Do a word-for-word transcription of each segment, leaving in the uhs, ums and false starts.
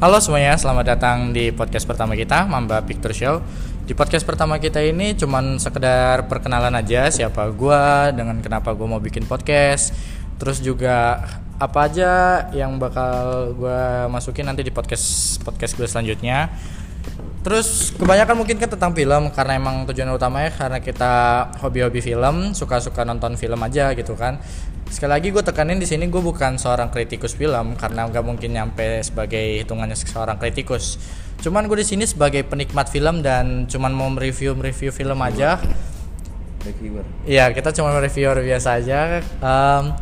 Halo semuanya, selamat datang di podcast pertama kita, Mamba Picture Show. Di podcast pertama kita ini cuman sekedar perkenalan aja siapa gua, dengan kenapa gua mau bikin podcast. Terus juga apa aja yang bakal gua masukin nanti di podcast podcast gue selanjutnya. Terus kebanyakan mungkin kan tentang film, karena emang tujuan utamanya karena kita hobi-hobi film, suka-suka nonton film aja gitu kan. Sekali lagi gue tekanin di sini gue bukan seorang kritikus film, karena nggak mungkin nyampe sebagai hitungannya seorang kritikus. Cuman gue di sini sebagai penikmat film dan cuman mau mereview mereview film aja. Reviewer. Iya, kita cuma reviewer biasa aja. Um,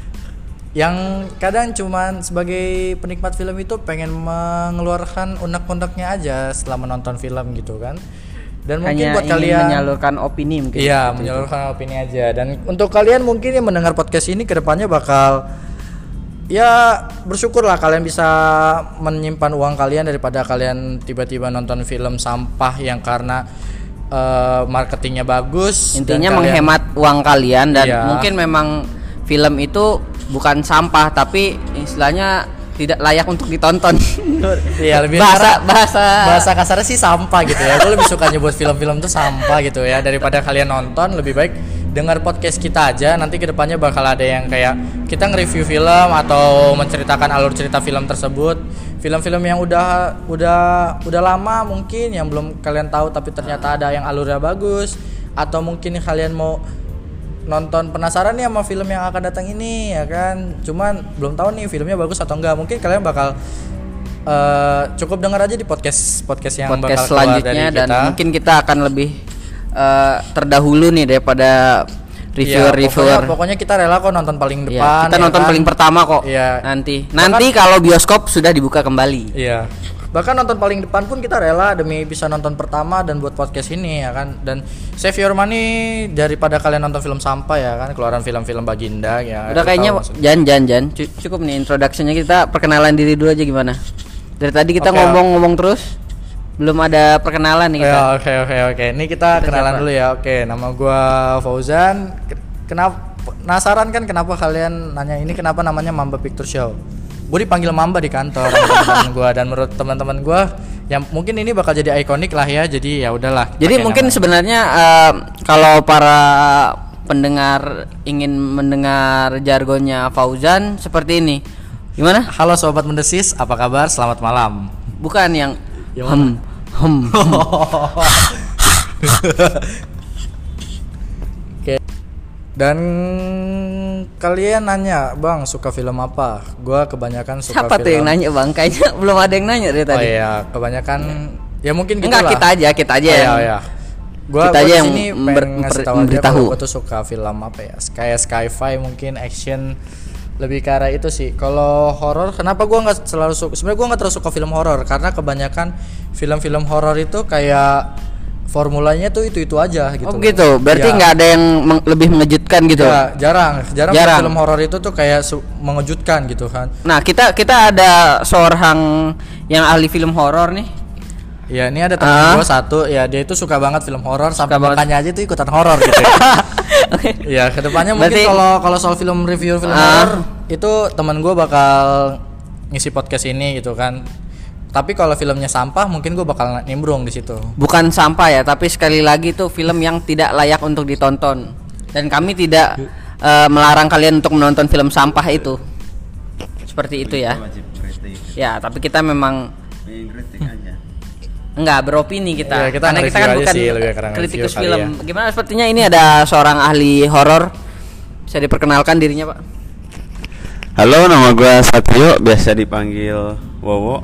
yang kadang cuman sebagai penikmat film itu pengen mengeluarkan unek-uneknya aja setelah menonton film gitu kan. Dan mungkin hanya buat ingin kalian menyalurkan opini mungkin. Iya, menyalurkan itu. opini aja. Dan untuk kalian mungkin yang mendengar podcast ini kedepannya bakal ya bersyukur lah kalian bisa menyimpan uang kalian daripada kalian tiba-tiba nonton film sampah yang karena uh, marketingnya bagus. Intinya dan kalian, menghemat uang kalian dan iya. mungkin memang film itu bukan sampah tapi istilahnya tidak layak untuk ditonton. Iya, lebih bahasa bahasa bahasa kasarnya sih sampah gitu ya. Gue lebih suka nyebut film-film tuh sampah gitu ya, daripada kalian nonton. Lebih baik dengar podcast kita aja. Nanti kedepannya bakal ada yang kayak kita nge-review film atau menceritakan alur cerita film tersebut. Film-film yang udah udah udah lama mungkin yang belum kalian tahu tapi ternyata ada yang alurnya bagus, atau mungkin kalian mau nonton penasaran nih sama film yang akan datang ini ya kan, cuman belum tahu nih filmnya bagus atau enggak. Mungkin kalian bakal uh, cukup dengar aja di podcast podcast yang podcast bakal keluar selanjutnya dari dan kita. mungkin kita akan lebih uh, terdahulu nih daripada reviewer-reviewer. Ya, pokoknya, pokoknya kita rela kok nonton paling depan. Ya, kita ya nonton kan? paling pertama kok. Iya. Nanti Bahkan, nanti kalau bioskop sudah dibuka kembali. Iya. Bahkan nonton paling depan pun kita rela demi bisa nonton pertama dan buat podcast ini ya kan. Dan save your money daripada kalian nonton film sampah ya kan, keluaran film-film Baginda ya. Udah kayaknya Jan Jan Jan cukup nih introduction-nya, kita perkenalan diri dulu aja gimana. Dari tadi kita Oke, ngomong-ngomong terus belum ada perkenalan nih kita. Ya, oke oke oke. Ini kita, Kita kenalan siapa? dulu ya. Oke, nama gua Fauzan. Kenapa penasaran kan kenapa kalian nanya ini kenapa namanya Mamba Picture Show? Gue dipanggil Mamba di kantor sama teman-teman gue, dan menurut teman-teman gue yang mungkin ini bakal jadi ikonik lah ya. Jadi ya udahlah. Jadi mungkin nama. sebenarnya uh, kalau para pendengar ingin mendengar jargonnya Fauzan seperti ini. Gimana? Halo sobat mendesis, apa kabar? Selamat malam. Bukan yang Yang hem hem. hem. Oke. Dan kalian nanya, "Bang, suka film apa?" Gua kebanyakan suka Siapa film. tuh yang nanya, Bang? Kayaknya belum ada yang nanya dari Oh tadi. iya, kebanyakan ya mungkin gitu Enggak, lah. kita aja, kita aja Oh, yang iya, iya. Gua, kita gua aja di yang sini member- pengen ngasih tahu aja memberitahu. kalau gua tuh suka film apa ya, kayak sci-fi mungkin, action, lebih ke arah itu sih. Kalau horor, kenapa gua nggak selalu suka? Sebenarnya gua nggak terlalu suka film horor karena kebanyakan film-film horor itu kayak formulanya tuh itu-itu aja gitu. Oh gitu, berarti Ya. nggak ada yang meng- lebih mengejutkan gitu. Ya, jarang, jarang, Jarang. film horor itu tuh kayak su- mengejutkan gitu kan. Nah, kita kita ada seorang yang ahli film horor nih. Ya, ini ada teman Ah. gua satu, ya dia itu suka banget film horor sampai banget. makanya aja tuh ikutan horor gitu. Ya. Oke. Ya, kedepannya mungkin Berarti- kalau kalau soal film review film Ah. horor itu teman gue bakal ngisi podcast ini gitu kan. Tapi kalau filmnya sampah mungkin gue bakal nimbrung di situ. Bukan sampah ya, tapi sekali lagi itu film yang tidak layak untuk ditonton. Dan kami tidak uh, melarang kalian untuk menonton film sampah itu. Seperti itu ya. Kita wajib kritik. Ya, tapi kita memang Pengen kritik aja. enggak beropini kita. Iya, kita Karena kita nge-review kan aja bukan sih, lebih karena kritikus nge-review kali film. ya. Gimana sepertinya ini ada seorang ahli horor. Bisa diperkenalkan dirinya, Pak? Halo, nama gue Satrio, biasa dipanggil Wowo.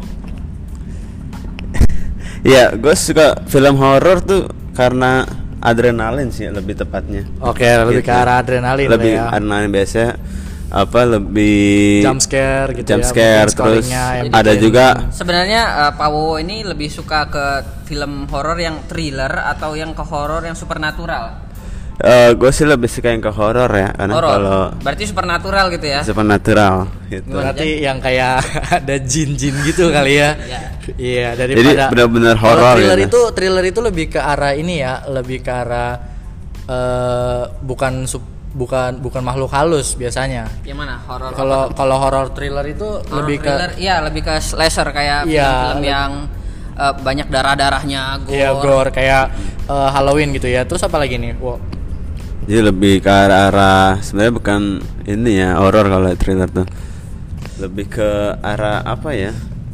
Iya, gue suka film horor tuh karena adrenalin sih lebih tepatnya. Oke, lebih ke arah adrenalin lah Lebih ya. adrenalin biasa apa lebih Jump scare gitu jump ya, scare, mungkin terus scoringnya yang ada bikin- juga Sebenarnya uh, Pak Wowo ini lebih suka ke film horor yang thriller atau yang ke horor yang supernatural? eh gue sih lebih suka yang ke horor ya, karena Horor. kalau Berarti supernatural gitu ya? supernatural gitu. berarti yang kayak ada jin-jin gitu kali ya. Iya. Iya, Jadi daripada benar-benar kalau horor thriller gitu. itu thriller itu lebih ke arah ini ya, lebih ke arah eh bukan sup- bukan bukan makhluk halus biasanya. Yang mana? Horor. Kalau kalau horor thriller itu Horror lebih thriller, ke iya lebih ke slasher kayak Iya, film-film yang uh, banyak darah-darahnya, gore. ya gore kayak uh, Halloween gitu ya. Terus apa lagi nih? Wow. Jadi lebih ke arah sebenarnya bukan ini ya horor kalau thriller tuh. Lebih ke arah apa ya?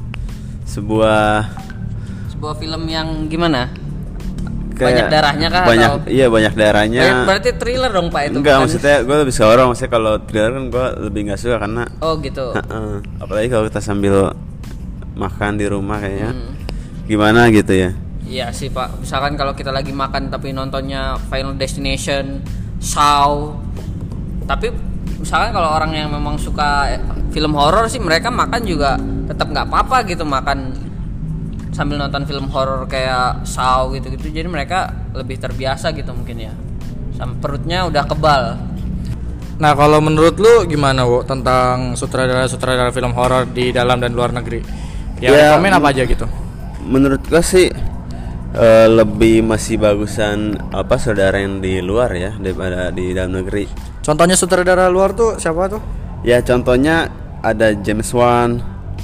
Sebuah Sebuah film yang gimana? kayak Banyak darahnya kah banyak atau? iya banyak darahnya. Banyak, berarti thriller dong Pak itu. Enggak, bukan? maksudnya gue lebih suka horor. Maksudnya kalau thriller kan gue lebih nggak suka karena Oh gitu. Heeh. Apalagi kalau kita sambil makan di rumah kayaknya Hmm. gimana gitu ya. Iya sih Pak. Misalkan kalau kita lagi makan tapi nontonnya Final Destination, Saw. Tapi misalkan kalau orang yang memang suka film horor sih mereka makan juga tetap nggak apa-apa gitu makan sambil nonton film horor kayak Saw gitu-gitu. Jadi mereka lebih terbiasa gitu mungkin ya. Sampai perutnya udah kebal. Nah, kalau menurut lu gimana, Wo, tentang sutradara-sutradara film horor di dalam dan luar negeri? Ya, Ya, rekomen apa aja gitu? Menurut gue sih eh, lebih masih bagusan apa saudara yang di luar ya daripada di dalam negeri. Contohnya sutradara luar tuh siapa tuh? Ya contohnya ada James Wan,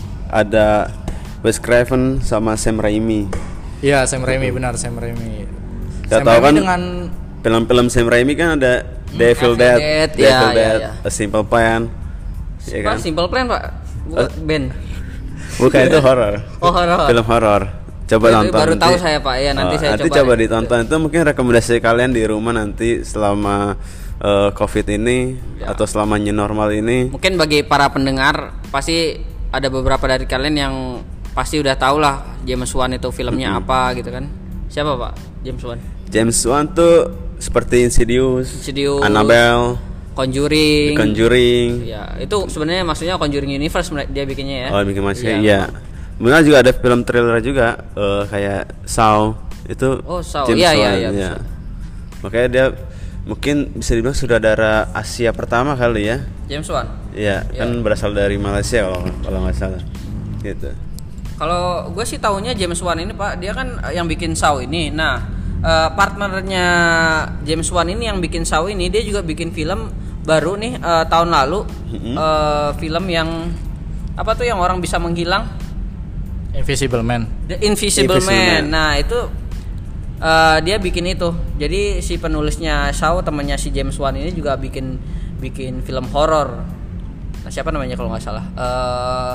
ada Wes Craven sama Sam Raimi. Iya, Sam Raimi, benar Sam Raimi. Kita Sam tahu Raimi kan dengan film-film Sam Raimi kan ada Evil Devil Dead, Dead, Devil ya, Dead, ya, ya. A Simple Plan. Ya Pak, kan? Simple Plan Pak. Bukan band. Bukan itu horor. Oh, horor. Film horor. Coba Itu nonton. baru nanti. tahu saya, Pak. Ya, nanti Oh, saya nanti coba coba deh. ditonton. Itu mungkin rekomendasi kalian di rumah nanti selama eh, Covid ini Ya. atau selama new normal ini. Mungkin bagi para pendengar pasti ada beberapa dari kalian yang pasti udah tahu lah James Wan itu filmnya apa gitu kan. Siapa Pak? James Wan. James Wan tuh seperti Insidious, Insidious, Annabelle, Conjuring. The Conjuring. Ya, itu sebenarnya maksudnya Conjuring Universe dia bikinnya ya. Oh, bikin masih Iya. iya. Benar juga ada film thriller juga eh, kayak Saw itu Oh, Saw. James Iya, iya, Wan, iya, ya. bisa. Makanya dia mungkin bisa dibilang sutradara Asia pertama kali ya. James Wan. Iya, Iya. kan berasal dari Malaysia kalau kalau nggak salah. Gitu. Kalau gue sih taunya James Wan ini Pak, dia kan yang bikin Saw ini. Nah, eh, partnernya James Wan ini yang bikin Saw ini, dia juga bikin film baru nih eh, tahun lalu. Eh, film yang apa tuh yang orang bisa menghilang? Invisible Man. The Invisible, Invisible Man. Man. Nah, itu eh, dia bikin itu. Jadi si penulisnya Saw, temannya si James Wan ini juga bikin bikin film horor. Nah, siapa namanya kalau nggak salah? Eh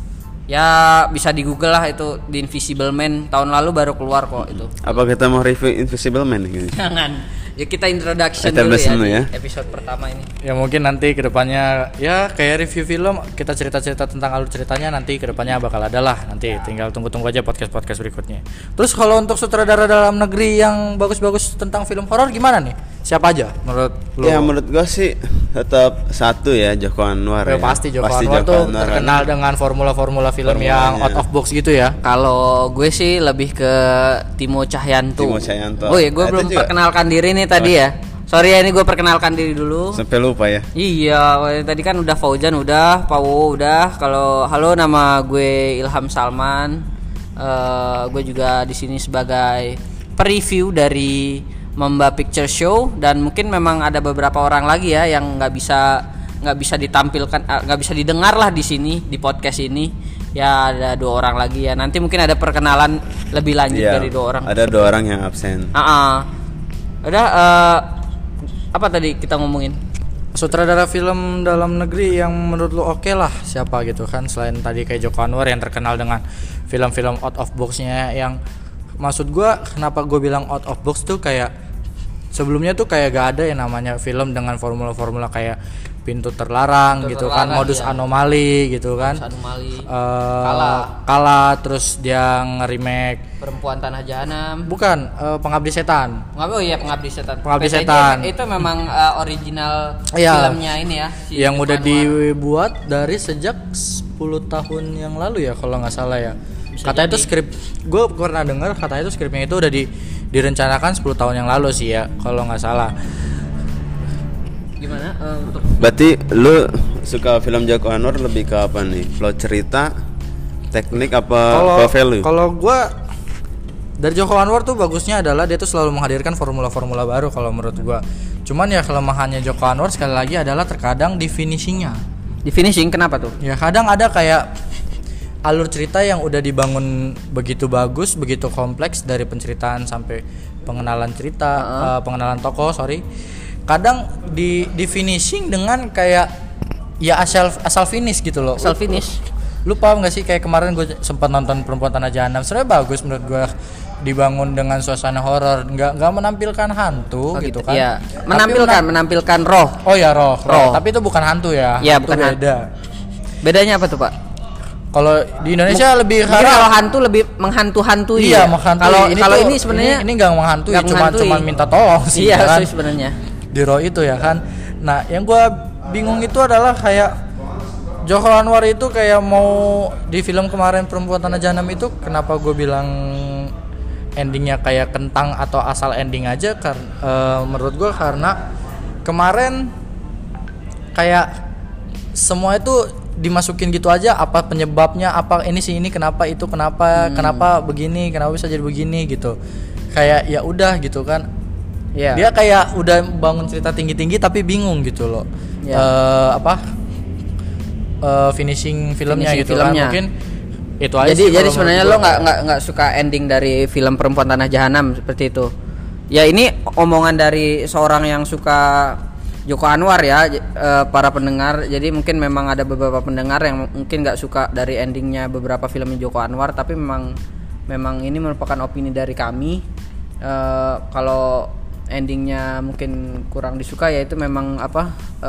ya bisa di Google lah itu The Invisible Man, tahun lalu baru keluar kok itu. Apa kita mau review Invisible Man gini? Jangan. Ya kita introduction Kita dulu ya, dulu ya. di episode pertama ini. Ya mungkin nanti kedepannya ya kayak review film, kita cerita-cerita tentang alur ceritanya nanti kedepannya bakal ada lah. Nanti tinggal tunggu-tunggu aja podcast-podcast berikutnya. Terus kalau untuk sutradara dalam negeri yang bagus-bagus tentang film horor gimana nih? Siapa aja menurut lu? Ya menurut gua sih tetap satu ya Joko Anwar Ya, ya. pasti Joko Anwar tuh Anwar, terkenal kan. dengan formula-formula film yang Formulanya. out of box gitu ya. Kalau gue sih lebih ke Timo Cahyanto. Timo Cahyanto. Oh iya, gue Nah, itu belum juga. perkenalkan diri nih tadi ya. Sorry ya, ini gue perkenalkan diri dulu. Sampai lupa ya. Iya, tadi kan udah Fauzan udah, Pak Wo udah. Kalau halo, nama gue Ilham Salman. Eh, gue juga di sini sebagai preview dari Mamba Picture Show, dan mungkin memang ada beberapa orang lagi ya yang nggak bisa nggak bisa ditampilkan, eh, nggak bisa didengar lah di sini di podcast ini. Ya ada dua orang lagi ya. Nanti mungkin ada perkenalan lebih lanjut Iya, dari dua orang. ada dua orang yang absen. Ah, ah. Udah. eh, apa tadi kita ngomongin? Sutradara film dalam negeri yang menurut lu oke lah siapa gitu kan, selain tadi kayak Joko Anwar yang terkenal dengan film-film out of box-nya. Yang maksud gua kenapa gue bilang out of box tuh kayak sebelumnya tuh kayak gak ada yang namanya film dengan formula-formula kayak pintu terlarang Pintu gitu terlarang, kan, modus iya. anomali gitu kan. Modus anomali. Eh, Kala. Kala, terus dia nge-remake Perempuan Tanah Jahanam. bukan eh, Pengabdi Setan. Pengabdi, oh iya Pengabdi Setan. Pengabdi P T J Setan. Itu memang uh, original Iya. filmnya ini ya. si Yang Joko udah Anwar. dibuat dari sejak sepuluh tahun yang lalu ya kalau nggak salah ya. Bisa Katanya itu jadi. skrip, gue pernah dengar katanya itu skripnya itu udah di direncanakan sepuluh tahun yang lalu sih ya kalau nggak salah. Gimana eh, untuk Berarti lu suka film Joko Anwar lebih ke apa nih? Flow cerita, teknik apa Kalau apa value? kalau gue dari Joko Anwar tuh bagusnya adalah dia tuh selalu menghadirkan formula-formula baru kalau menurut gue. Cuman ya kelemahannya Joko Anwar sekali lagi adalah terkadang di finishingnya. Di finishing kenapa tuh? Ya kadang ada kayak alur cerita yang udah dibangun begitu bagus, begitu kompleks dari penceritaan sampai pengenalan cerita, uh-huh. uh, pengenalan tokoh, sorry. Kadang di di finishing dengan kayak ya asal asal finish gitu loh. Asal finish. Lu paham gak sih kayak kemarin gue sempat nonton Perempuan Tanah Jahanam, sebenarnya bagus menurut gue, dibangun dengan suasana horor, nggak nggak menampilkan hantu oh, gitu, gitu kan? Iya. Menampilkan men- menampilkan roh. Oh ya roh, roh. roh. Tapi itu bukan hantu ya? Iya bukan beda. Hantu. Bedanya apa tuh Pak? Kalau di Indonesia Muk- lebih karena kalau hantu lebih menghantu-hantui. Iya, ya? menghantui. Kalau ini kalau tuh, ini sebenarnya ini, ini nggak menghantui, cuma cuma minta tolong sih. Iya kan? sih sebenarnya. Di roh itu ya kan. Nah, yang gue bingung itu adalah kayak Joko Anwar itu kayak mau di film kemarin Perempuan Tanah Jahanam itu kenapa gue bilang endingnya kayak kentang atau asal ending aja karena uh, menurut gue karena kemarin kayak semua itu dimasukin gitu aja, apa penyebabnya, apa ini sih ini kenapa itu kenapa hmm. kenapa begini, kenapa bisa jadi begini gitu, kayak ya udah gitu kan. Yeah. Dia kayak udah bangun cerita tinggi-tinggi tapi bingung gitu loh. Yeah. Uh, apa uh, finishing filmnya finishing gitu filmnya. Kan mungkin itu aja. Jadi jadi sebenarnya lo nggak nggak nggak suka ending dari film Perempuan Tanah Jahanam seperti itu. Ya ini omongan dari seorang yang suka Joko Anwar ya, e, para pendengar. Jadi mungkin memang ada beberapa pendengar yang mungkin nggak suka dari endingnya beberapa film Joko Anwar, tapi memang memang ini merupakan opini dari kami. E, kalau endingnya mungkin kurang disuka ya itu memang apa e,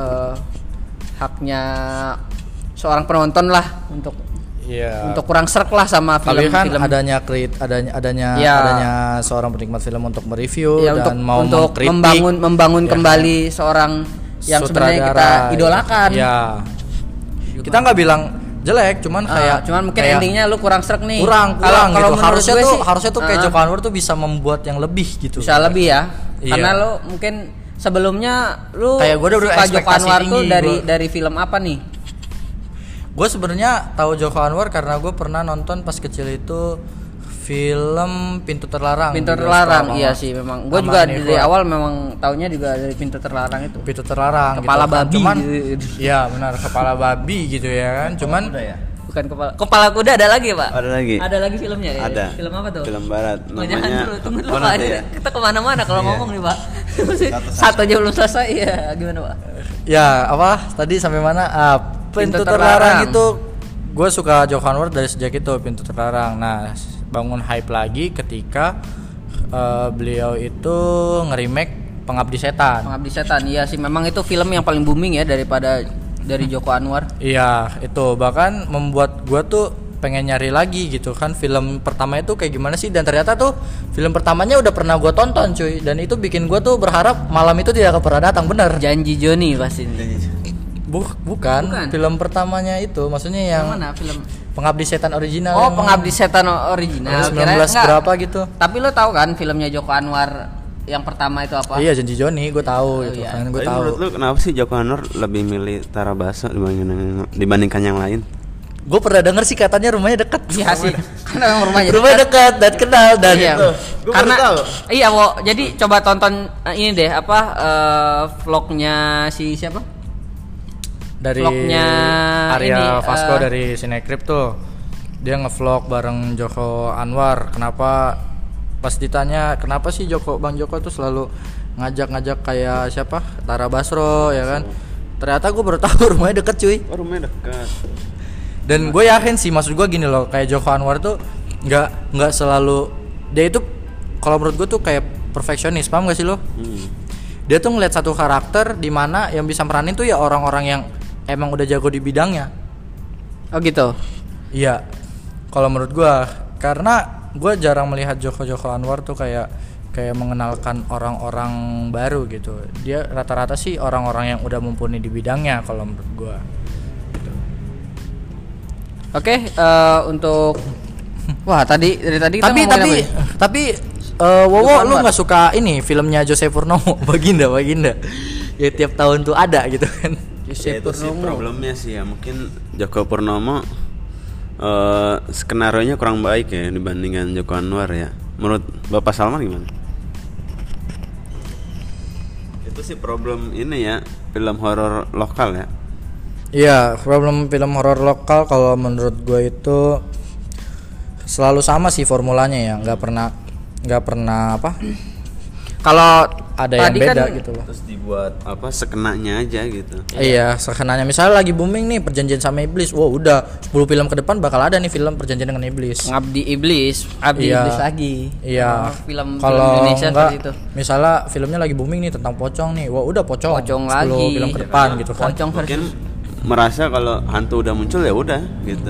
haknya seorang penonton lah untuk yeah. untuk kurang serk lah sama film. Tapi kan film. adanya krit, adanya adanya yeah. adanya seorang penikmat film untuk mereview yeah, dan untuk, mau untuk mengkritik, membangun membangun ya, kembali seorang yang sebenarnya kita idolakan. Ya. Kita nggak bilang jelek, cuman uh, kayak cuman mungkin kayak endingnya lu kurang serk nih. Kurang, kurang kalau, gitu. Harusnya tuh sih, harusnya tuh kayak uh, Joko Anwar tuh bisa membuat yang lebih gitu. Bisa lebih ya. Iya. Karena lu mungkin sebelumnya lu kayak gua udah suka Joko Anwar tuh dari gua. dari film apa nih? Gue sebenarnya tahu Joko Anwar karena gue pernah nonton pas kecil itu film Pintu Terlarang. Pintu Terlarang, iya sih memang. Gue juga dari awal memang taunya juga dari Pintu Terlarang itu. Pintu Terlarang. Kepala gitu. babi. Cuman, gitu. ya benar kepala babi gitu ya kan. Cuman ya? Bukan kepala. Kepala kuda ada lagi Pak? Ada lagi. Ada lagi filmnya ya? Ada. Film apa tuh? Film barat. Oh, jangan dulu, tunggu dulu Pak. ya? Kita kemana-mana kalau ngomong nih Pak. Satu aja belum selesai ya, gimana Pak? Ya apa? Tadi sampai mana? Ah, Pintu, Pintu Terlarang, Terlarang itu gue suka Joko Anwar dari sejak itu Pintu Terlarang. Nah bangun hype lagi ketika uh, beliau itu nge-remake Pengabdi Setan. Pengabdi Setan, iya sih memang itu film yang paling booming ya daripada dari Joko Anwar. Iya itu bahkan membuat gue tuh pengen nyari lagi gitu kan film pertama itu kayak gimana sih, dan ternyata tuh film pertamanya udah pernah gue tonton cuy, dan itu bikin gue tuh berharap malam itu tidak akan pernah datang. Bener Janji Joni pasti ini. Buk, bukan. bukan film pertamanya itu maksudnya yang, yang mana film Pengabdi Setan original. Oh Pengabdi Setan original sembilan belas berapa gitu. Tapi lo tahu kan filmnya Joko Anwar yang pertama itu apa? Iya Janji Joni gue tahu. Oh, gitu iya. kan gue tahu. Menurut lu kenapa sih Joko Anwar lebih milih Tara Basro dibandingkan dibandingkan yang lain? Gue pernah denger sih katanya rumahnya deket. Iya sih. Karena rumahnya rumahnya dekat dan kenal dan iya. itu. Karena tahu. Iya, Wo. Jadi coba tonton ini deh apa uh, vlognya si siapa? Dari vlognya Arya ini, Vasco uh, dari Cinecrip tuh. Dia ngevlog bareng Joko Anwar. Kenapa pas ditanya kenapa sih Joko Bang Joko tuh selalu ngajak-ngajak kayak siapa? Tara Basro ya kan. Ternyata gue baru tahu rumahnya deket cuy. Oh, rumahnya dekat. Dan gue yakin sih, maksud gue gini loh, kayak Joko Anwar tuh nggak nggak selalu dia itu kalau menurut gue tuh kayak perfeksionis, paham gak sih lo? Hmm. Dia tuh ngeliat satu karakter di mana yang bisa meranin tuh ya orang-orang yang emang udah jago di bidangnya. Oh gitu. Iya. Kalau menurut gue, karena gue jarang melihat Joko Joko Anwar tuh kayak kayak mengenalkan orang-orang baru gitu. Dia rata-rata sih orang-orang yang udah mumpuni di bidangnya kalau menurut gue. Oke, okay, uh, untuk wah tadi dari tadi kita tapi ngomongin tapi apa ya? tapi uh, Wowo lu nggak suka ini filmnya Jose Purnomo Baginda Baginda ya tiap tahun tuh ada gitu kan. Jose ya, Purnomo. Problemnya sih ya mungkin Joko Purnomo uh, skenario nya kurang baik ya dibandingkan Joko Anwar ya. Menurut Bapak Salman gimana? Itu sih problem ini ya, film horor lokal ya. Iya, problem film horor lokal kalau menurut gue itu selalu sama sih formulanya ya, nggak pernah nggak pernah apa? Kalau Ada yang tadi beda kan, gitu loh. Terus dibuat apa sekenanya aja gitu. Iya, sekenanya misalnya lagi booming nih Perjanjian sama Iblis. Wow, udah sepuluh film ke depan bakal ada nih film Perjanjian dengan Iblis. Ngabdi Iblis, Abdi Iya. Iblis lagi. Iya. Oh, film film Kalau Indonesia enggak, seperti itu. misalnya filmnya lagi booming nih tentang pocong nih. Wah, udah pocong. Pocong sepuluh lagi. film ke depan gitu kan. Pocong Mungkin versus merasa kalau hantu udah muncul ya udah gitu.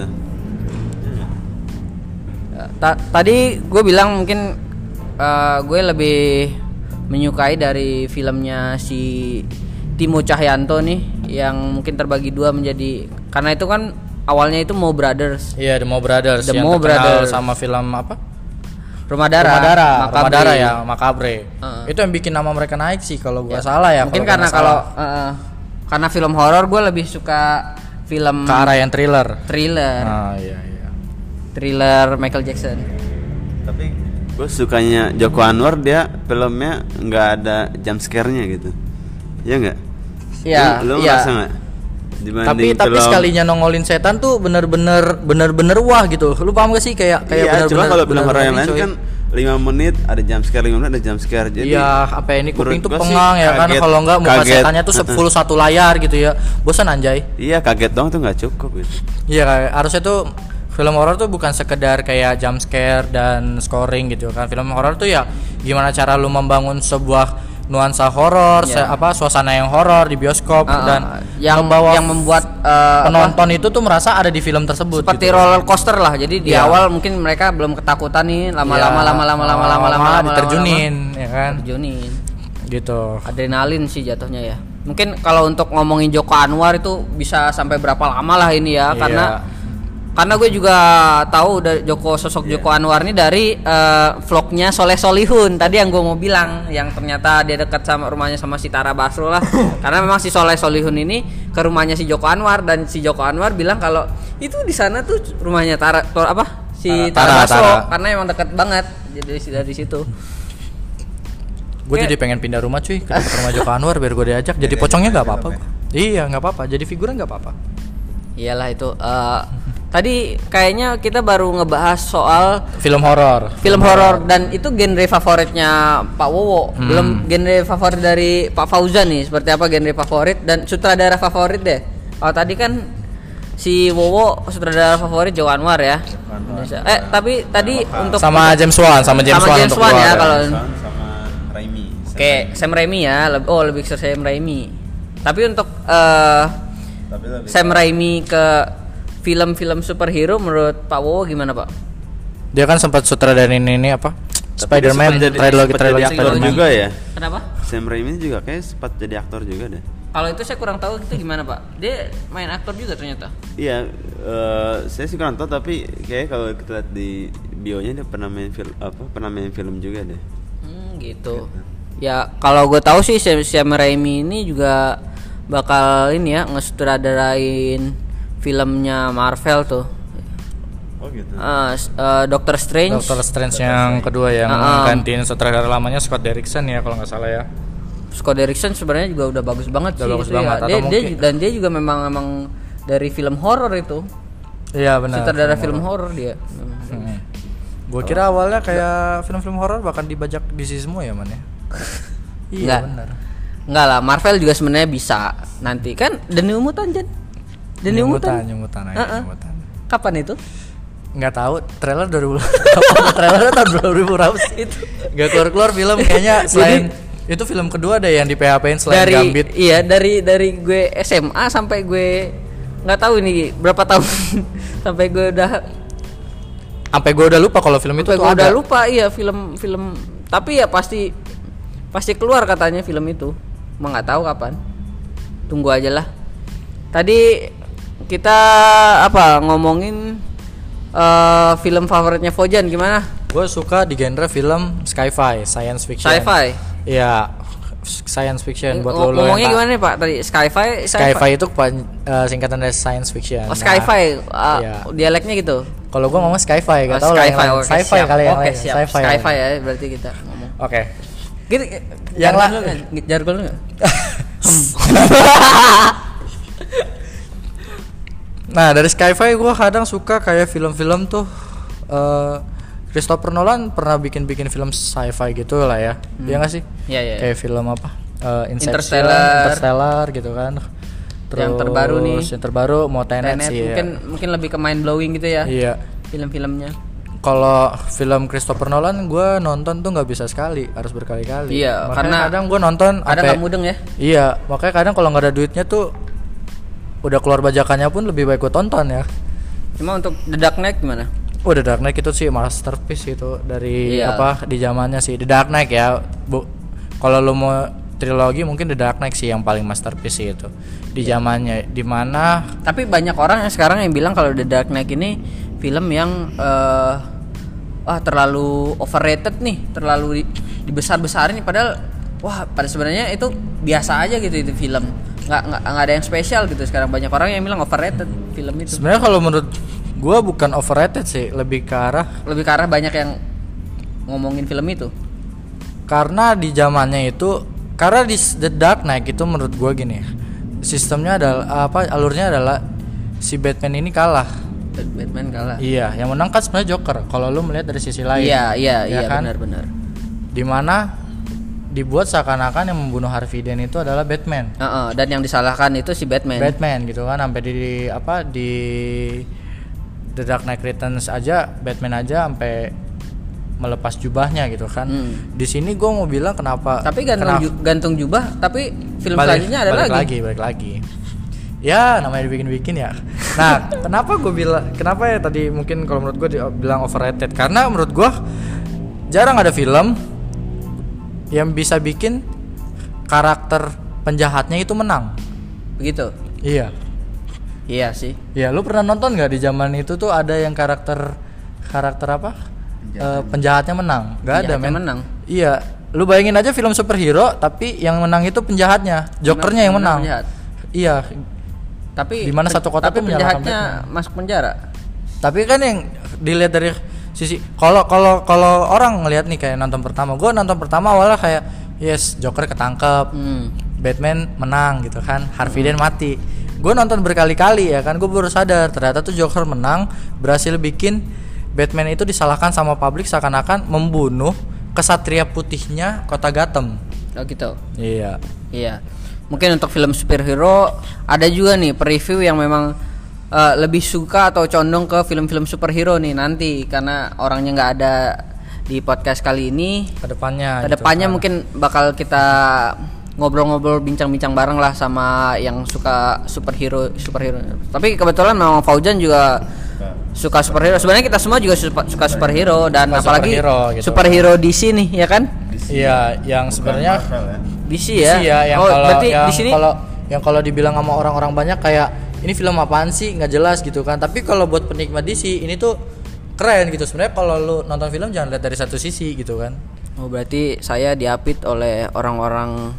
Ta- tadi gue bilang mungkin uh, gue lebih menyukai dari filmnya si Timo Cahyanto nih yang mungkin terbagi dua menjadi, karena itu kan awalnya itu Mo Brothers, Iya, The Mo Brothers The yang Mo terkenal Brothers. sama film apa? Rumah Dara, Rumah Dara, Makabre. Rumah Dara ya, Makabre. Heeh. Itu yang bikin nama mereka naik sih kalau gua salah ya. Mungkin gua karena nggak kalau salah. uh, karena film horor gue lebih suka film ke arah yang thriller. thriller, Ah, iya iya. thriller Michael Jackson. Tapi gue sukanya Joko Anwar, dia filmnya nggak ada jump scare-nya gitu. Iya nggak? Iya, Lu, lu iya. ngerasa nggak? Tapi Dibanding tapi film- sekalinya nongolin setan tuh bener-bener bener-bener wah gitu. Lu paham gak sih kayak kayak iya, bener-bener. cuma kalau film horor yang bener-bener lain coy. kan lima menit ada jump scare, lima menit ada jump scare. Jadi Iya, apa ya, ini kuping menurut tuh gua sih pengang ya kan, kaget- kalau enggak muka kaget. setannya tuh Heeh. full satu layar gitu ya. Bosan anjay. Iya, kaget dong tuh nggak cukup gitu. Iya, kayak harusnya tuh film horor tuh bukan sekedar kayak jump scare dan scoring gitu kan. Film horor tuh ya gimana cara lu membangun sebuah nuansa horor, Iya. se- apa suasana yang horor di bioskop Uh, dan yang membawa yang membuat uh, penonton itu tuh merasa ada di film tersebut. seperti gitu. roller coaster lah. Jadi di Iya. awal mungkin mereka belum ketakutan nih, lama-lama Iya, lama-lama lama-lama lama-lama diterjunin ya kan. terjunin. Gitu. Adrenalin sih jatuhnya ya. Mungkin kalau untuk ngomongin Joko Anwar itu bisa sampai berapa lama lah ini ya, Iya. karena karena gue juga tahu dari Joko sosok Joko Anwar ini dari uh, vlognya Soleh Solihun tadi yang gue mau bilang, yang ternyata dia dekat sama rumahnya sama si Tara Basro lah. Karena memang si Soleh Solihun ini ke rumahnya si Joko Anwar dan si Joko Anwar bilang kalau itu di sana tuh rumahnya Tara, tor, apa si Tara, Tara, Tara, Basro Tara. karena emang dekat banget jadi dari situ. Gue Kayak- jadi pengen pindah rumah cuy ke dekat rumah Joko Anwar biar gue diajak. Jadi pocongnya nggak apa-apa. gua. Iya nggak apa-apa. Jadi figuran nggak apa-apa. Iyalah itu. Uh, tadi kayaknya kita baru ngebahas soal Film horor. film horor dan itu genre favoritnya Pak Wowo. Hmm. Belum genre favorit dari Pak Fauzan nih. Seperti apa genre favorit dan sutradara favorit deh. Kalau tadi kan si Wowo sutradara favorit Joko Anwar ya. Indonesia. Eh tapi tadi untuk Sama James Wan, sama James sama Wan James untuk Wan keluar. ya kalau sama Raimi. oke Sam Raimi ya. Leb- Oh lebih ke Sam Raimi. Tapi untuk eh, Tapi lebih Sam Raimi ke film-film superhero menurut Pak Wowo gimana Pak? Dia kan sempat sutradarin ini apa? Spider-Man, Tapi dia sempat jadi- trilogi sempat trilogi jadi aktor Spider-Man. juga ya. Kenapa? Sam Raimi juga kayak sempat jadi aktor juga deh. Kalau itu saya kurang tahu itu gimana Pak. Dia main aktor juga ternyata. Iya, eh, saya sih kurang tahu tapi kayak kalau kita lihat di bionya dia pernah main film apa? Pernah main film juga deh. Hmm, gitu. Ya kalau gue tahu sih Sam, Sam Raimi ini juga bakal ini ya ngesutradarain filmnya Marvel tuh. Oh gitu. Uh, s- uh, Doctor Strange. Doctor Strange yang kedua yang Ah, ah. gantiin sutradara lamanya Scott Derrickson ya kalau nggak salah ya. Scott Derrickson sebenarnya juga udah bagus banget Udah sih bagus itu banget, ya. atau Dia, dia mungkin- dan dia juga memang memang dari film horor itu. Iya benar. Sutradara film horor dia. Hmm. Gue kira awalnya kayak film-film horor bahkan dibajak D C semua ya man ya. Iya Enggak. benar. Enggak lah, Marvel juga sebenarnya bisa. Nanti kan The New Mutant Jan. The New Nyumutan, Mutant. nyumutan, aja, Uh-uh. nyumutan. Kapan itu? Nggak tahu trailer dua ribu apa trailernya tahun dua ribu berapa sih itu nggak keluar keluar film kayaknya selain itu film kedua deh yang di P H P-in selain dari Gambit. iya dari dari gue S M A sampai gue nggak tahu ini berapa tahun sampai gue udah Sampai gue udah lupa kalau film itu sampai tuh gue ada. udah lupa iya film film tapi ya pasti pasti keluar katanya film itu emang nggak tahu kapan, tunggu aja lah. Tadi kita apa ngomongin eh, film favoritnya Fojan gimana? Gue suka di genre film sci-fi, science fiction. Sci-fi. Iya, science fiction buat Ng- lo lo ngomongnya yang gimana nih Pak tadi sci-fi Sci-fi itu pan- eh, singkatan dari science fiction. Oh Nah, sci-fi uh, iya. dialeknya gitu. Kalau gue ngomong sci-fi, Oh, gak tau lah yang sci-fi, lain. oke, Sci-fi siap. kali yang Oke, lain. siap. Sci-fi. Sci-fi ya berarti kita ngomong. Oke. Gitu Yang jargon la- lu nggak? Jargon lu nggak? Nah dari Sci-Fi gue kadang suka kayak film-film tuh uh, Christopher Nolan pernah bikin-bikin film sci-fi gitu lah ya, hmm. Iya nggak sih? Iya iya. Kayak film apa? Uh, Inception, Interstellar. Interstellar gitu kan. Terus Yang terbaru nih. Yang terbaru mau Tenet, Tenet sih. mungkin Ya. mungkin lebih ke mind blowing gitu ya. Iya. Film-filmnya. Kalau film Christopher Nolan gue nonton tuh nggak bisa sekali, harus berkali-kali. Iya, makanya karena kadang gue nonton ada ampe- nggak mudeng ya? Iya, makanya kadang kalau nggak ada duitnya tuh udah keluar bajakannya pun lebih baik gue tonton ya. Cuma untuk The Dark Knight gimana? Oh, The Dark Knight itu sih masterpiece itu dari Iya. apa di zamannya sih. The Dark Knight ya, Bu. Kalau lo mau trilogi mungkin The Dark Knight sih yang paling masterpiece sih itu di zamannya, dimana Tapi banyak orang yang sekarang yang bilang kalau The Dark Knight ini film yang eh wah terlalu overrated nih, terlalu di, dibesar-besarin nih, padahal wah pada sebenarnya itu biasa aja gitu itu film. Nggak nggak nggak ada yang spesial gitu. Sekarang banyak orang yang bilang overrated film itu. sebenarnya kalau menurut gua bukan overrated sih, lebih ke arah Lebih ke arah banyak yang ngomongin film itu. karena di zamannya itu, karena di The Dark Knight itu menurut gua gini, sistemnya adalah apa, alurnya adalah si Batman ini kalah. Batman kalah. Iya, yang menang kan sebenarnya Joker kalau lu melihat dari sisi lain. Iya iya Ya iya kan? benar-benar. Dimana dibuat seakan-akan yang membunuh Harvey Dent itu adalah Batman. Uh-uh, dan yang disalahkan itu si Batman. Batman gitu kan, sampai di, di apa di The Dark Knight Returns aja Batman aja sampai melepas jubahnya gitu kan. Hmm. Di sini gue mau bilang kenapa Tapi gantung kenapa, ju- gantung jubah, tapi film balik, selanjutnya ada balik lagi. lagi balik lagi ya, namanya dibikin-bikin ya. Nah kenapa gue bilang, kenapa ya tadi mungkin kalau menurut gue bilang overrated, karena menurut gue jarang ada film yang bisa bikin karakter penjahatnya itu menang. Begitu. Iya. Iya sih. Ya, lu pernah nonton nggak di zaman itu tuh ada yang karakter karakter apa? Eh, penjahatnya menang. Nggak ada, Penjahatnya men. menang. Iya. Lu bayangin aja film superhero tapi yang menang itu penjahatnya, Jokernya yang menang. Penjahat. Iya. Tapi Di mana satu kota tapi tuh menyalahkan penjahatnya Batman. masuk penjara. Tapi kan yang dilihat dari sisi, kalau kalau kalau orang ngelihat nih kayak nonton pertama, gue nonton pertama awalnya kayak yes Joker ketangkep, Hmm. Batman menang gitu kan, Harvey Dent mati. Gue nonton berkali-kali ya kan, gue baru sadar ternyata tuh Joker menang, berhasil bikin Batman itu disalahkan sama publik seakan-akan membunuh kesatria putihnya kota Gotham. Oh gitu. Iya. Iya. Mungkin untuk film superhero ada juga nih preview yang memang uh, lebih suka atau condong ke film-film superhero nih nanti, karena orangnya nggak ada di podcast kali ini. Kedepannya. Kedepannya gitu, mungkin bakal kita ngobrol-ngobrol bincang-bincang bareng lah sama yang suka superhero superhero. Tapi kebetulan memang Fauzan juga suka superhero. Sebenarnya kita semua juga suka, suka superhero, dan Suka apalagi superhero gitu. superhero D C nih, ya kan? Iya, yang sebenarnya D C ya. D C ya, yang oh, kalau berarti yang di sini kalau yang kalau dibilang sama orang-orang banyak kayak ini film apaan sih, nggak jelas gitu kan. Tapi kalau buat penikmat D C ini tuh keren gitu. Sebenarnya kalau lu nonton film jangan lihat dari satu sisi gitu kan. oh berarti saya diapit oleh orang-orang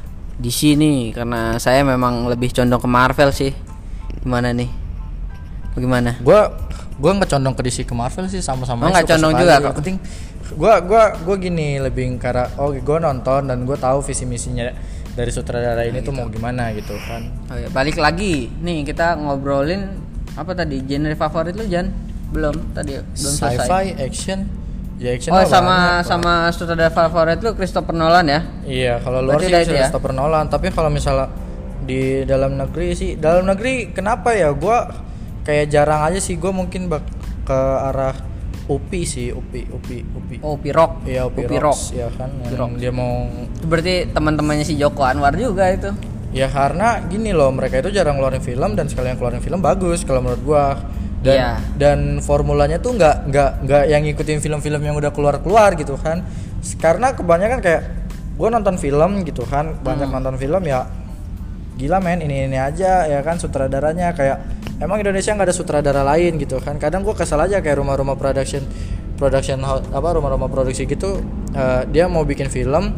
D C nih, karena saya memang lebih condong ke Marvel sih. Gimana nih? Bagaimana? Gua gua nggak condong ke D C ke Marvel sih, sama-sama. Oh, nggak condong juga, kok. Yang penting gua gua gua gini lebih karena oh gua nonton dan gua tahu visi misinya dari sutradara ini tuh mau gimana gitu kan. Oh, ya, balik lagi nih kita ngobrolin apa tadi, genre favorit lu Jan? Belum tadi belum selesai. Sci-fi, action, ya action. Oh mah sama banyak, sama sutradara favorit lu Christopher Nolan ya? Iya, kalau luar Berarti sih udah itu ya? Christopher Nolan. Tapi kalau misalnya di dalam negeri sih, dalam negeri kenapa ya? Gua kayak jarang aja sih. Gua mungkin bak ke arah Upi sih, Upi, Upi, Upi. Oh Pirok. Iya, Upi, Upi Rocks, ya kan. Yang Rock. dia mau, Itu berarti teman-temannya si Joko Anwar juga itu. ya karena gini loh, mereka itu jarang ngeluarin film dan sekali yang keluarin film bagus kalau menurut gua. Dan Iya. dan formulanya tuh nggak nggak nggak yang ngikutin film-film yang udah keluar-keluar gitu kan. Karena kebanyakan kayak gua nonton film gitu kan, banyak Hmm. nonton film ya gila men, ini ini aja ya kan, sutradaranya kayak emang Indonesia nggak ada sutradara lain gitu kan. Kadang gua kesel aja kayak rumah-rumah production production house, apa rumah-rumah produksi gitu, eh, dia mau bikin film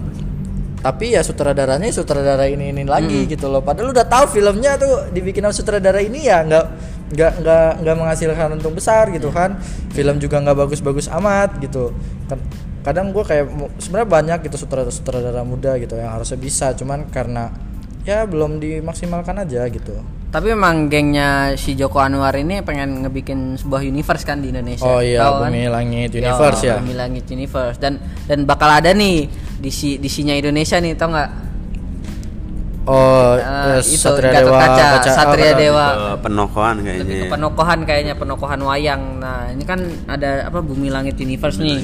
tapi ya sutradaranya sutradara ini ini lagi gitu loh. Padahal udah tahu filmnya tuh dibikin sama sutradara ini ya nggak nggak nggak nggak menghasilkan untung besar gitu kan. Film juga nggak bagus-bagus amat gitu kan. kadang gue kayak mu- sebenarnya banyak gitu sutradara-sutradara muda gitu yang harusnya bisa, cuman karena ya belum dimaksimalkan aja gitu. Tapi memang gengnya si Joko Anwar ini pengen ngebikin sebuah universe kan di Indonesia. Oh iya, Tahu kan? Bumi Langit Universe Yo, ya. Bumi Langit Universe dan dan bakal ada nih di si di sinya Indonesia nih, tau nggak? Oh, Eh, yes, itu Satria Gatot Dewa, Kaca, Kaca- Satria oh, Dewa. Ke penokohan Lebih kayaknya. ke penokohan kayaknya, penokohan wayang. Nah, ini kan ada apa Bumi Langit Universe nih.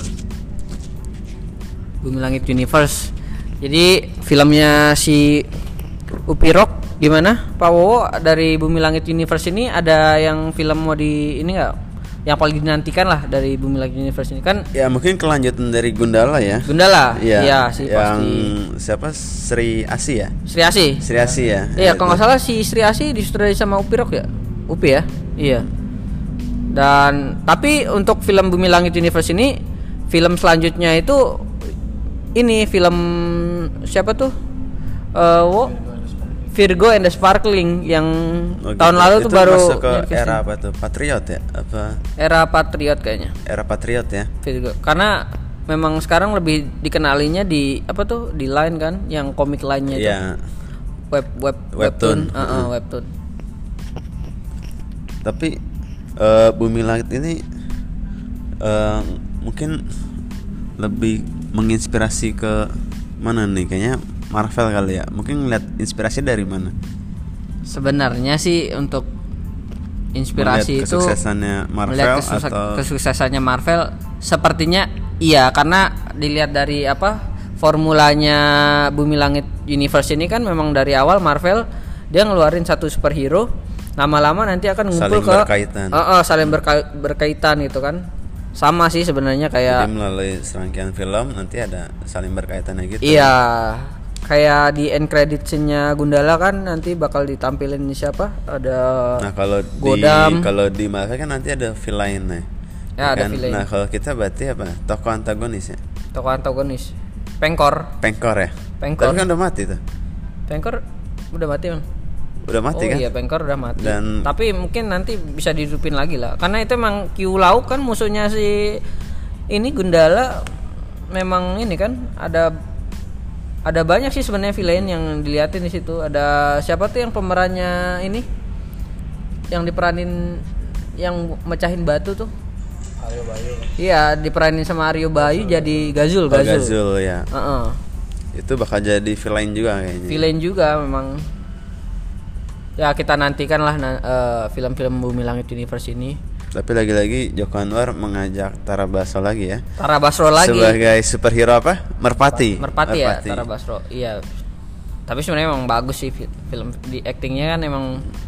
Bumi Langit Universe. Jadi filmnya si Upi Rock gimana? Pak Wowo dari Bumi Langit Universe ini ada yang film mau di ini nggak? Yang paling dinantikan lah dari Bumi Langit Universe ini kan Ya mungkin kelanjutan dari Gundala ya. Gundala. Iya, Iya sih yang pasti. siapa Sri Asi ya? Sri Asih. Sri Asi ya. Iya, kalau nggak itu. salah si Sri Asih disutradarai sama Upi Rock ya? Upi ya? Iya. Dan tapi untuk film Bumi Langit Universe ini, film selanjutnya itu ini film siapa tuh? Eh, wo? Virgo and the Sparkling yang Oh, tahun gitu. lalu Itu tuh baru masuk ke nyari casting. era apa tuh? Patriot ya? Apa Era Patriot kayaknya. era Patriot ya? Virgo. Karena memang sekarang lebih dikenalinya di apa tuh? Di Line kan, yang komik lainnya itu. Iya. Web web Webtoon. webtoon, Heeh, Heeh. webtoon. Tapi eh, Bumi Langit ini eh, mungkin lebih menginspirasi ke mana nih? Kayaknya Marvel kali ya. Mungkin ngeliat inspirasi dari mana? Sebenarnya sih untuk inspirasi Melihat itu kesuksesannya Marvel melihat kesusa- atau- kesuksesannya Marvel sepertinya iya, karena dilihat dari apa formulanya Bumi Langit Universe ini kan memang dari awal Marvel dia ngeluarin satu superhero, lama-lama nanti akan ngumpul Saling ke berkaitan. Eh, eh, saling berka- berkaitan gitu kan. Sama sih sebenarnya kayak Jadi melalui serangkaian film nanti ada saling berkaitannya gitu. iya, kayak di end credit scene-nya Gundala kan nanti bakal ditampilin siapa? Ada Nah kalau di Godam. kalau di Marvel kan nanti ada villain nih. Ya, ada kan? villain. Nah kalau kita berarti apa? Tokoh antagonis ya? tokoh antagonis. Pengkor. Pengkor ya? Pengkor. Tapi kan udah mati tuh. Pengkor udah mati, Bang. Udah mati oh kan? iya, Pengkor udah mati. Dan- tapi mungkin nanti bisa dihidupin lagi lah. Karena itu emang Q Lauk kan musuhnya si ini Gundala, memang ini kan ada ada banyak sih sebenarnya villain yang diliatin di situ. Ada siapa tuh yang pemerannya ini? Yang diperanin yang mecahin batu tuh. Aryo Bayu. Iya, diperanin sama Aryo Bayu jadi Gazul, Oh, Gazul. Gazul ya. Heeh. Itu bakal jadi villain juga kayaknya. Villain juga memang. Ya kita nantikan lah na- eh, film-film Bumi Langit Universe ini. Tapi lagi-lagi Joko Anwar mengajak Tara Basro lagi ya. Tara Basro lagi. Sebagai superhero apa? Merpati. Merpati ya, Tara Basro. Iya. Tapi sebenarnya emang bagus sih fi- film di actingnya kan emang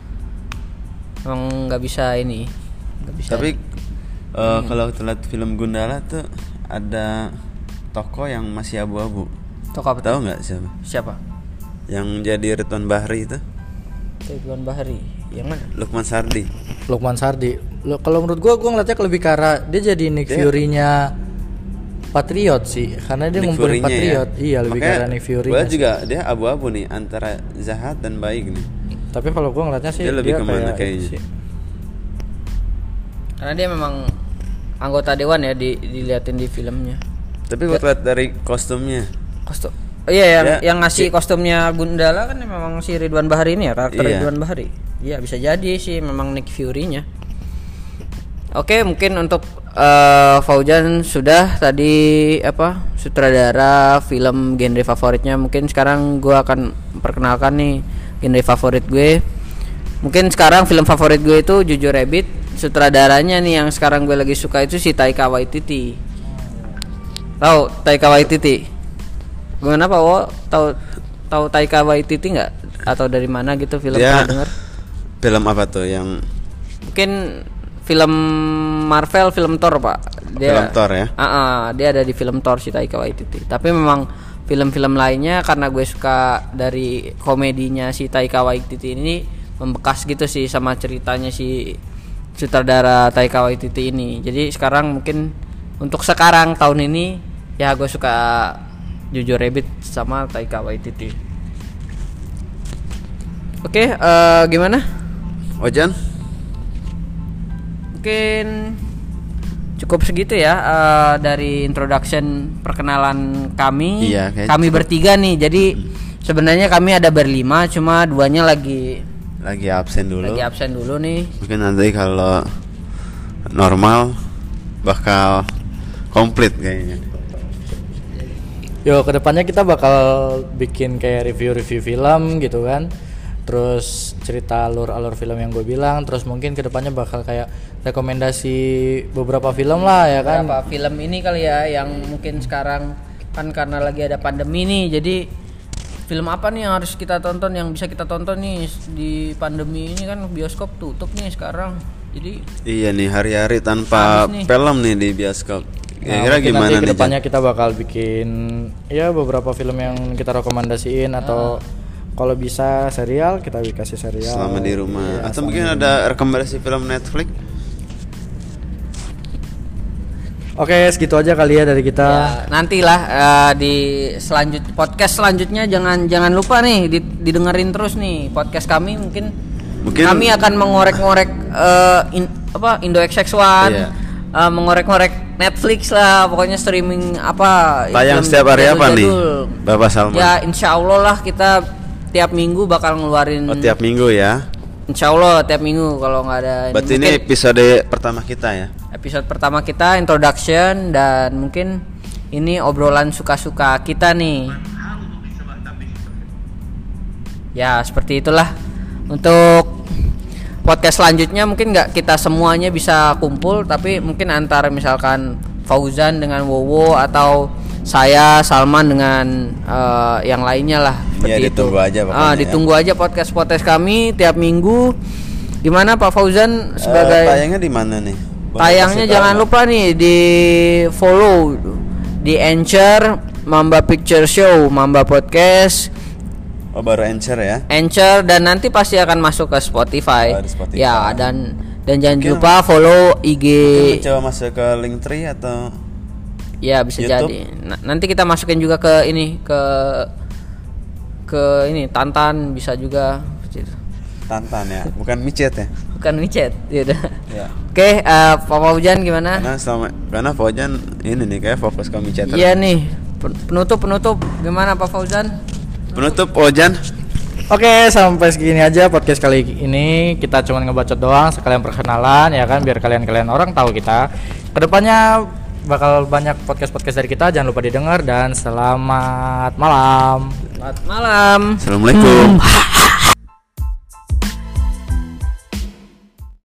emang nggak bisa ini, nggak bisa. Tapi eh, kalau kita lihat film Gundala tuh ada tokoh yang masih abu-abu. Tokoh apa tuh? Tahu nggak siapa? Siapa? Yang jadi Ridwan Bahri itu? Ridwan Bahri. Yang mana? Lukman Sardi. Lukman Sardi. Lo, kalau menurut gua gua ngeliatnya lebih ke arah dia jadi Nick Dia- Fury-nya Patriot sih, karena dia Nick ngumpulin Fury-nya Patriot. ya? Iya, lebih ke Makanya arah Nick Fury. gua juga dia abu-abu nih antara jahat dan baik nih. Tapi kalau gua ngeliatnya sih Dia lebih kemana kayak kayaknya? ini sih. Karena dia memang anggota dewan ya di, diliatin di filmnya. Tapi gua lihat dari kostumnya. Kostum. Oh iya, yang Ya, yang ngasih kostumnya Gundala kan memang si Ridwan Bahri ini ya, karakter Iya. Ridwan Bahri. Iya, bisa jadi sih memang Nick Fury-nya. Oke, mungkin untuk eh, Fauzan sudah tadi apa? Sutradara film genre favoritnya. Mungkin sekarang gua akan perkenalkan nih genre favorit gue. Mungkin sekarang film favorit gue itu Jojo Rabbit. Sutradaranya nih yang sekarang gue lagi suka itu si Taika Waititi. Tahu Taika Waititi? Gimana Pak Wo? Tahu tahu Taika Waititi nggak? Atau dari mana gitu film Dia pernah dengar? film apa tuh yang Mungkin film Marvel, film Thor Pak. film Thor ya? Ah, ah, dia ada di film Thor si Taika Waititi. Tapi memang film-film lainnya karena gue suka dari komedinya si Taika Waititi ini membekas gitu sih sama ceritanya si sutradara Taika Waititi ini. Jadi sekarang mungkin untuk sekarang tahun ini ya gue suka Jojo Rabbit sama Taika Waititi. Oke, eh, gimana? Ojan? Mungkin cukup segitu ya uh, dari introduction perkenalan kami. Iya, kayak kami cukup. bertiga nih. Jadi sebenarnya kami ada berlima, cuma duanya lagi Lagi absen dulu. lagi absen dulu nih. Mungkin nanti kalau normal bakal komplit kayaknya. Yo, kedepannya kita bakal bikin kayak review-review film gitu kan. Terus cerita alur-alur film yang gue bilang. Terus mungkin kedepannya bakal kayak rekomendasi beberapa film lah ya kan. Beberapa film ini kali ya yang mungkin sekarang kan karena lagi ada pandemi nih. Jadi film apa nih yang harus kita tonton, yang bisa kita tonton nih di pandemi ini, kan bioskop tutup nih sekarang. Jadi Iya nih, hari-hari tanpa Habis nih. film nih di bioskop. Nah, Kira-kira mungkin gimana nanti nih? kedepannya Jan? kita bakal bikin ya beberapa film yang kita rekomendasiin atau kalau bisa serial kita kasih serial. Selama di rumah. Iya, Atau selama mungkin di ada rekomendasi film Netflix? Oke, segitu aja kali ya dari kita. ya, nantilah eh, di selanjut podcast selanjutnya jangan jangan lupa nih di- didengerin terus nih podcast kami. Mungkin, Mungkin- kami akan mengorek-ngorek eh, in- apa Indo X X one, Iya. eh, mengorek-ngorek Netflix lah, pokoknya streaming apa. Tayang film setiap hari apa nih, jadul-jadul. Bapak Salman? Ya insya Allah lah kita tiap minggu bakal ngeluarin. Oh, tiap minggu ya. Insya Allah tiap minggu kalau nggak ada. Berarti ini Mungkin episode pertama kita ya. episode pertama kita introduction, dan mungkin ini obrolan suka-suka kita nih. Ya seperti itulah untuk podcast selanjutnya. Mungkin nggak kita semuanya bisa kumpul, tapi mungkin antara misalkan Fauzan dengan Wowo atau saya Salman dengan eh, yang lainnya lah. Ya, Seperti ditunggu itu. aja pokoknya Ah, ya. ditunggu aja podcast-podcast kami tiap minggu. Gimana Pak Fauzan sebagai Eh, tayangnya di mana nih? Boleh Tayangnya kasih tahu jangan nggak? lupa nih di follow di Anchor, Mamba Picture Show, Mamba Podcast, Oh, baru Anchor ya. Anchor, dan nanti pasti akan masuk ke Spotify. Oh, di Spotify. Ya, dan dan jangan Mungkin- lupa follow I G. Mungkin mencoba masuk ke Linktree atau Ya bisa YouTube. jadi. Nah, nanti kita masukin juga ke ini ke ke ini Tantan bisa juga. Tantan ya, bukan micet ya. Bukan micet. Ya udah. Ya. Oke, eh, Pak Fauzan gimana? Karena selama karena Fauzan ini nih kayak fokus ke micet. Iya nih. pen- Penutup penutup gimana Pak Fauzan? Penutup Fauzan. Oke, sampai segini aja podcast kali ini. Kita cuma ngebacot doang, sekalian perkenalan ya kan, biar kalian-kalian orang tahu kita. Kedepannya bakal banyak podcast-podcast dari kita. Jangan lupa didengar dan selamat malam. Selamat malam. Assalamualaikum.